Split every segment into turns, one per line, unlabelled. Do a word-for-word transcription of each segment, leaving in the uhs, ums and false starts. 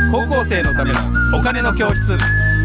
高校生のためのお金の教室。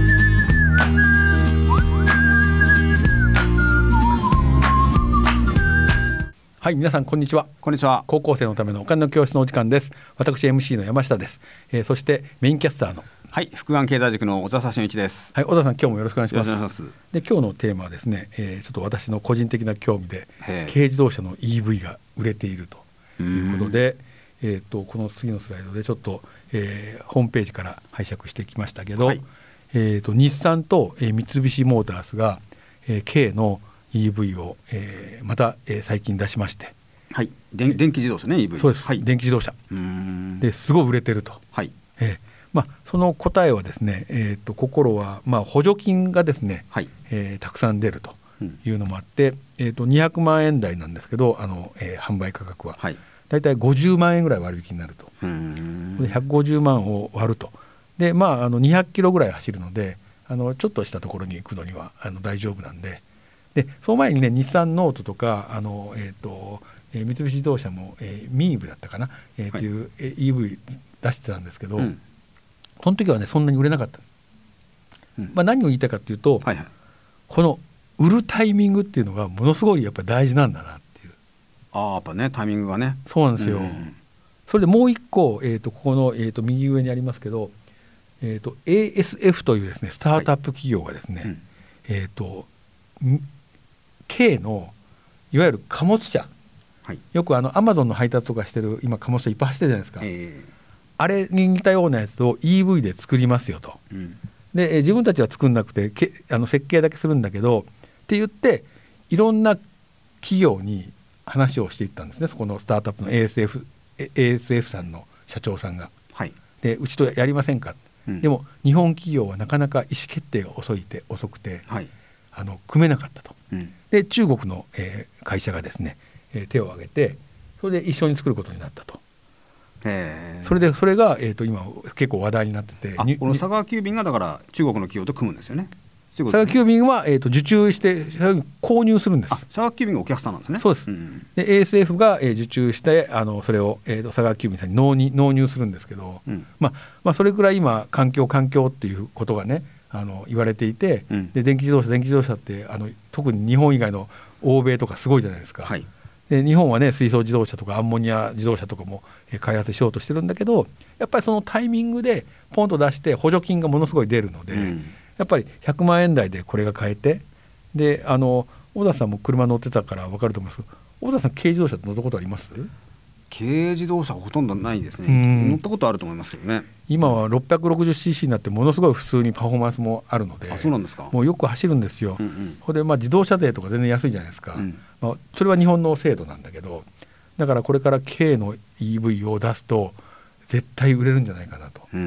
はい、皆さんこんにちは。
こんにちは。
高校生のためのお金の教室のお時間です。私 エムシー の山下です。えー、そしてメインキャスターの
はい、福眼経済塾の小笹俊一です。
はい、小田さん、今日もよろしくお願いします。
よろしくお願いします。
で、今日のテーマはですね、えー、ちょっと私の個人的な興味で軽自動車の イーブイ が売れているということで、えー、とこの次のスライドでちょっと、えー、ホームページから拝借してきましたけど、はい、えー、と日産と、えー、三菱モータースが、えー、軽の イーブイ を、えー、また、えー、最近出しまして、
はい、電気自動車ね、 イーブイ。
そうです、
はい、
電気自動車
うーん
ですごい売れてると、
はい、
えーまあ、その答えはですね、えー、と心は、まあ、補助金がですね、はい、えー、たくさん出るというのもあって、うん、えー、とにひゃくまんえん台なんですけど、あの、えー、販売価格は、はい、だいたいごじゅうまんえんぐらい割引になると。うーんでひゃくごじゅうまんを割ると。で、まあ、あのにひゃくキロぐらい走るので、あのちょっとしたところに行くのにはあの大丈夫なんで、でその前にね、日産ノートとかあの、えーとえー、三菱自動車も、えー、ミーブだったかな、えー、という、はい、えー、イーブイ 出してたんですけど、うん、その時はねそんなに売れなかった、うん、まあ、何を言いたいかというと、はいはい、この売るタイミングっていうのがものすごいやっぱり大事なんだなっていう。
ああ、やっぱね、タイミングがね。
そうなんですよ、うん、それでもう一個、えー、とここの、えー、と右上にありますけど、えー、と エーエスエフ というですねスタートアップ企業がですね、はい、うん、えー、と軽のいわゆる貨物車、はい、よくあのアマゾンの配達とかしてる今貨物車いっぱい走ってるじゃないですか、えー、あれに似たようなやつを イーブイ で作りますよと、うん、で自分たちは作んなくてけあの設計だけするんだけどって言っていろんな企業に話をしていったんですね。そこのスタートアップの エーエスエフ, エーエスエフ さんの社長さんが、はい、でうちとやりませんか、うん、でも日本企業はなかなか意思決定が遅いて遅くて、はい、あの組めなかったと、うん、で中国の、えー、会社がですね、えー、手を挙げてそれで一緒に作ることになったと。それでそれが、えー、と今結構話題になってて、
あこの佐川急便がだから中国の企業と組むんですよね。
佐川急便は、えー、と受注して購入するんです。
あ、佐川急便がお客さんなんですね。
そうです、うん、で エーエスエフ が、えー、受注してあのそれを、えー、と佐川急便さんに納入、納入するんですけど、うん、まあまあ、それくらい今環境環境っていうことがねあの言われていて、うん、で電気自動車電気自動車ってあの特に日本以外の欧米とかすごいじゃないですか、はい、で日本はね水素自動車とかアンモニア自動車とかも開発しようとしてるんだけど、やっぱりそのタイミングでポンと出して補助金がものすごい出るので、うん、やっぱりひゃくまんえん台でこれが買えて、であの小田さんも車乗ってたから分かると思いますけど、小田さん軽自動車って乗ったことあります？
軽自動車ほとんどないですね。乗ったことあると思いますけどね。
今は ろっぴゃくろくじゅっシーシー になってものすごい普通にパフォーマンスもあるので、
あ、そうなんですか。
もうよく走るんですよ、うんうん、これでまあ自動車税とか全然安いじゃないですか、うん、まあ、それは日本の制度なんだけど、だからこれから軽の イーブイ を出すと絶対売れるんじゃないかなと。うん、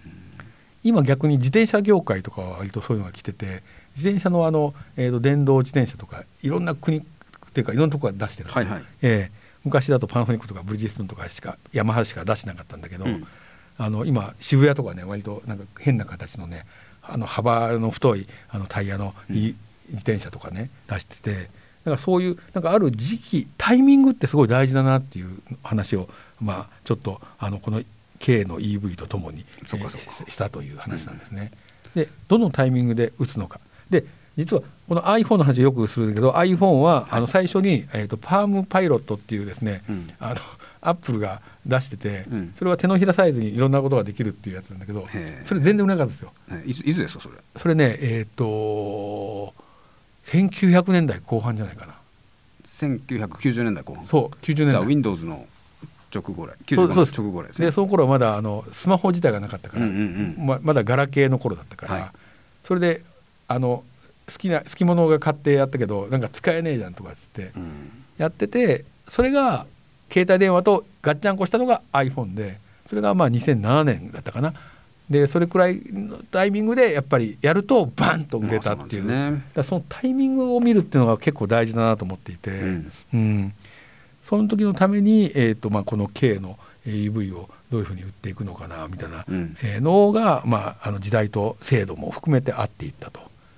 今逆に自転車業界とかは割とそういうのが来てて、自転車のあの、えーと電動自転車とかいろんな国っていうかいろんなところが出してるんですよ、はいはい、えー、昔だとパナソニックとかブリヂストンとかしかヤマハしか出してなかったんだけど、うん、あの今渋谷とかね割となんか変な形のねあの幅の太いあのタイヤのいい自転車とかね出してて、だからそういうなんかある時期タイミングってすごい大事だなっていう話を、まあ、ちょっとあのこの軽の イーブイ とともにそうかそうか、えー、したという話なんですね、うん、でどのタイミングで打つのかで、実はこの iPhone の話よくするんだけど iPhone はあの最初に、えーと、パームパイロットっていうですね、うん、あのアップルが出してて、うん、それは手のひらサイズにいろんなことができるっていうやつなんだけど、それ全然売れなかったんですよ。
いつ、いつですかそれ。
それねえっ、ー、とせんきゅうひゃくねんだいこう半じゃないかな。
せんきゅうひゃくきゅうじゅうねんだいこう半。
そうきゅうじゅうねんだい。
じゃあ Windows の直後ぐらいきゅうじゅうごねんの直後ぐらいですね。
でその頃はまだあのスマホ自体がなかったから、うんうんうん、ま, まだガラケーの頃だったから、はい、それであの好きな好き物が買ってやったけどなんか使えねえじゃんとかっつってやってて、それが携帯電話とガッチャンコしたのが iPhone で、それがまあにせんななねんだったかな。でそれくらいのタイミングでやっぱりやるとバンと売れたっていう、まあ そうなんですね。だからそのタイミングを見るっていうのが結構大事だなと思っていて、うんうん、その時のために、えーとまあ、この軽の イーブイ をどういうふうに売っていくのかなみたいなのが、まあ、あの時代と制度も含めて合っていったと。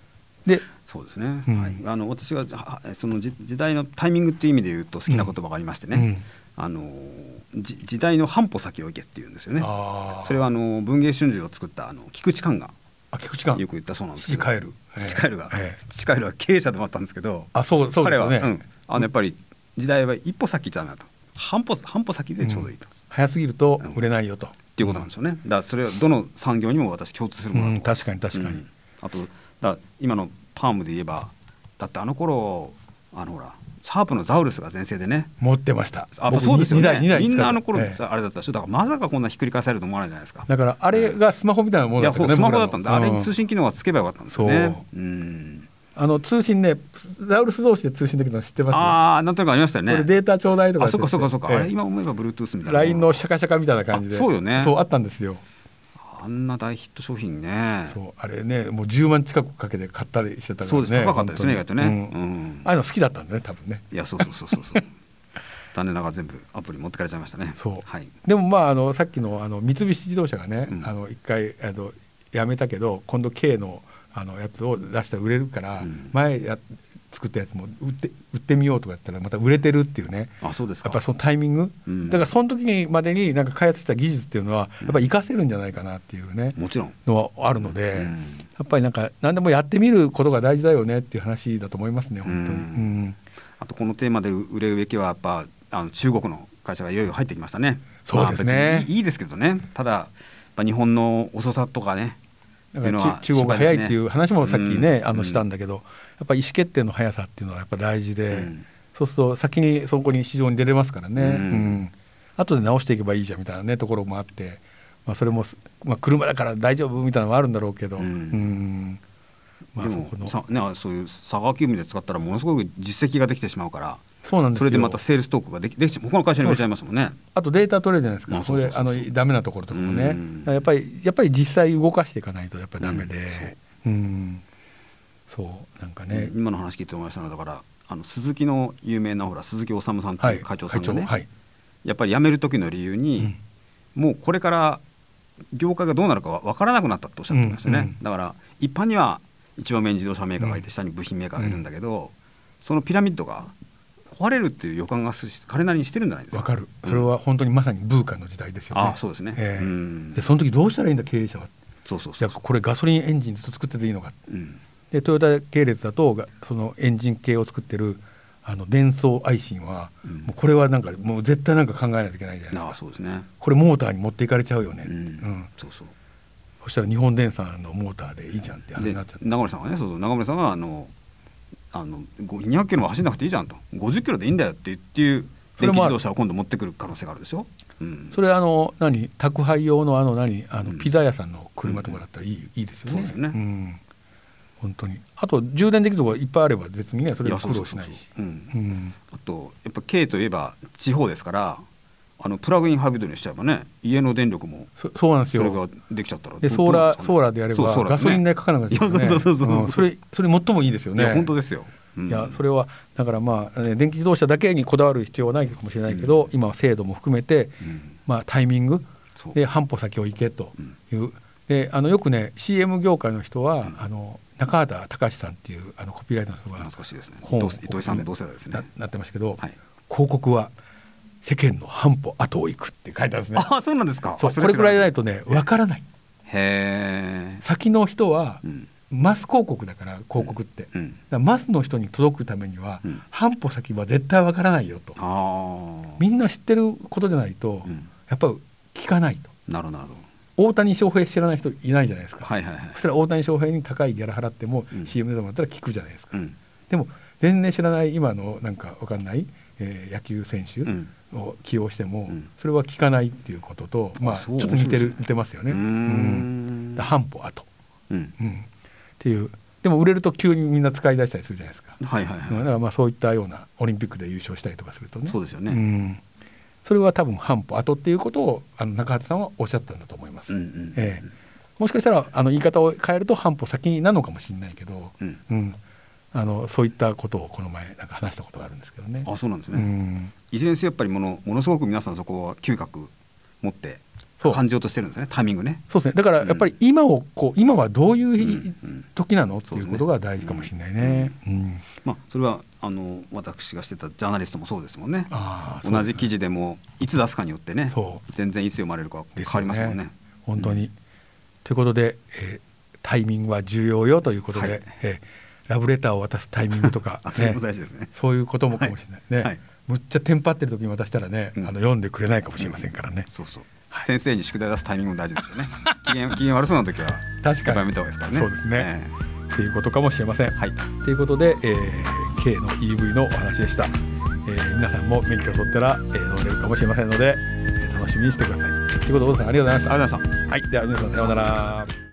でそうですね、うん、はい、あの私はその時代のタイミングっていう意味で言うと好きな言葉がありましてね、うんうん、あの時代の半歩先を行けっていうんですよね。それはあの文藝春秋を作ったあの菊池寛がよく言ったそうなんですけど、
父帰る、
えー、父帰るが、えー、父帰るは経営者でもあったんですけど、
あ、そう、そうですよね、
彼は、うん、あのやっぱり時代は一歩先じゃないと、半歩、半歩先でちょうどいいと、うん、
早すぎると売れないよと、うん、
っていうことなんですよね。だからそれはどの産業にも私共通するものだと、
うん、確かに確かに、うん、
あとだ今のパームで言えば、だってあの頃あのほらシャープのザウルスが全盛でね
持ってました。
あ、そうですよね、
にだい
みんなあの頃、ええ、あれだったでしょ。だからまさかこんなひっくり返されると思わないじゃないですか。
だからあれがスマホみたいなものだったよね。
いや、スマホだったんだ、うん、あれに通信機能がつけばよかったんですよね。
そう、うん、あの通信ね、ザウルス同士で通信できるの知ってます？
ああ、なんとなくありましたよね。
これデータちょうだいとか、
あ、そうかそうかそうか、
ええ、
あれ今思えば Bluetooth みたいな
ライン のシャカシャカみたいな感じで、
そうよね、
そうあったんですよ。
あんな大ヒット商品ね。
そう、あれね、もうじゅうまん近くかけて買ったりしてたからね。
そうです、高かったですね、意外とね、うんうん、
ああいうの好きだったんだね、多分ね。
いや、そうそうそうそうそう残念ながら全部アプリ持ってかれちゃいましたね。
そう、
はい、
でもまあ、あのさっき の, あの三菱自動車がね、うん、あの一回あのやめたけど今度 K の, あのやつを出したら売れるから、うん、前や作ったやつも売って売ってみようとかやったらまた売れてるっていうね。
あ、そうですか。
やっぱそのタイミング、うん、だからその時にまでになんか開発した技術っていうのはやっぱり活かせるんじゃないかなっていうね、
もちろん
のはあるので、うん、やっぱりなんか何でもやってみることが大事だよねっていう話だと思いますね、本当に、うんうん、
あとこのテーマで売れるべきはやっぱあの中国の会社がいよいよ入ってきましたね。
そうですね、
まあ、別にいいですけどね、ただやっぱ日本の遅さとかね、
だから中国が早いっていう話もさっきね、うん、あのしたんだけど、やっぱり意思決定の速さっていうのはやっぱ大事で、うん、そうすると先にそこに市場に出れますからね、うんうん、後で直していけばいいじゃんみたいなねところもあって、まあ、それも、まあ、車だから大丈夫みたいなのはあるんだろうけど、うんうん、
まあ、でもそこのさ、ね、そういう佐川急便で使ったらものすごく実績ができてしまうから、
そうなんですよ。
それでまたセールストークができでき他の会社に入れちゃいますもんね。
あとデータ取れるじゃないですか、それあのダメなところとかもね、やっぱりやっぱり実際動かしていかないとやっぱりダメで、うん、うん、そうなんかね、
今の話聞いて思いましたのは、だからあの鈴木の有名なほら鈴木治さんという会長さんがね、はいはい、やっぱり辞める時の理由に、うん、もうこれから業界がどうなるか分からなくなったとおっしゃってましたね、うんうん、だから一般には一番目に自動車メーカーがいて、下に部品メーカーがいるんだけど、うん、そのピラミッドが壊れるっていう予感が彼なりにしてるんじゃないですか。
わかる、それは本当にまさにブーカの時代ですよね。
ああ、そうですね、えー、
うん、でその時どうしたらいいんだ経営者は。
そうそうそうそう、
これガソリンエンジンで作ってていいのか、うん、でトヨタ系列だとそのエンジン系を作ってるあのデンソーアイシンは、うん、もうこれはなんかもう絶対なんか考えないといけないじゃないですか。
ああ、そうですね、こ
れモーターに持っていかれちゃうよねって、うんうん、
そうそう、
そしたら日本電産のモーターでいいじゃんって話になっちゃって、
中森さんはね、そうそう、中森さんはあのあのにひゃくキロも走んなくていいじゃんと、ごじゅっキロでいいんだよって言っていう電気自動車を今度持ってくる可能性があるでしょ。うん、
それあの何宅配用のあの何あのピザ屋さんの車とかだったらいい、うん、いいですよね。
そうですね、うん、
本当に。あと充電できるところがいっぱいあれば別にね、それで苦労しないし、
あとやっぱ K といえば地方ですから、あのプラグインハイブリッドにしちゃえばね、家の電力も そ,
そうなんですよ。
それができちゃったら
でソーラー、ね、ソーラーでやればガソリン代かからなくなっちゃうね。それそれ最もいいですよね。
いや本当ですよ。
うん、いやそれはだからまあ、ね、電気自動車だけにこだわる必要はないかもしれないけど、うん、今は制度も含めて、うん、まあ、タイミングで半歩先を行けという、うん、であのよくね シーエム 業界の人は、うん、あの中畑隆さんっていうあのコピーライターの人が
懐かしいですね、本を糸井さんの同世代ですね
な, なってましたけど、はい、広告は世間の半歩後を行くって書いてあるんですね。
あ、そうなんですか。
そう、これくらいないとね分からない。
へー、
先の人は、うん、マス広告だから広告って、うんうん、だからマスの人に届くためには、うん、半歩先は絶対わからないよと、あ、みんな知ってることじゃないと、うん、やっぱり聞かないと。
なるほど。
大谷翔平知らない人いないじゃないですか、
はいはいはい、
そしたら大谷翔平に高いギャラ払っても、うん、シーエム でもらったら聞くじゃないですか、うん、でも全然知らない今のなんかわかんない、えー、野球選手を起用しても、うん、それは聞かないっていうことと、まあ、ちょっと似てる似てますよね。うーん、うん、だ半歩後、うんうん、っていう。でも売れると急にみんな使い出したりするじゃないですか、はいはいはい、だからまあそういったようなオリンピックで優勝したりとかするとね、
そうですよね、
うん、それは多分半歩後っていうことをあの中畑さんはおっしゃったんだと思います、うんうん、えー、もしかしたらあの言い方を変えると半歩先なのかもしれないけど、うんうん、あのそういったことをこの前なんか話したことがあるんですけどね。
あ、そうなんですね、うん、いずれにせよやっぱりもの、ものすごく皆さんそこは嗅覚持って感じようとしてるんですね、タイミングね。
そうですね。だからやっぱり今をこう今はどういう時なの、うん、っていうことが大事かもしれないね。うんうん、
まあ、それはあの私がしてたジャーナリストもそうですもんね。あ、同じ記事でもいつ出すかによってね、全然いつ読まれるか変わりますもんね。
本当に、うん、ということで、えー、タイミングは重要よということで、はい、えー、ラブレターを渡すタイミングとか、ね、
それも大事ですね。
そういうこともかもしれないね。はいはい、むっちゃテンパってる時に渡したらね、うん、あの読んでくれないかもしれませんからね。うん、
そうそう、はい、先生に宿題出すタイミングも大事ですよね。機嫌、機嫌悪そうな時は
確かに
やめた方がいいですからね。
そうですね、えー、っていうことかもしれません。
はい、
ということで、えー、K の イーブイ のお話でした。えー、皆さんも免許を取ったら、えー、乗れるかもしれませんので、えー、楽しみにしてください。ということで、小田さんありがとうございました。
ありがとうございました。
はい、では皆さんさようなら。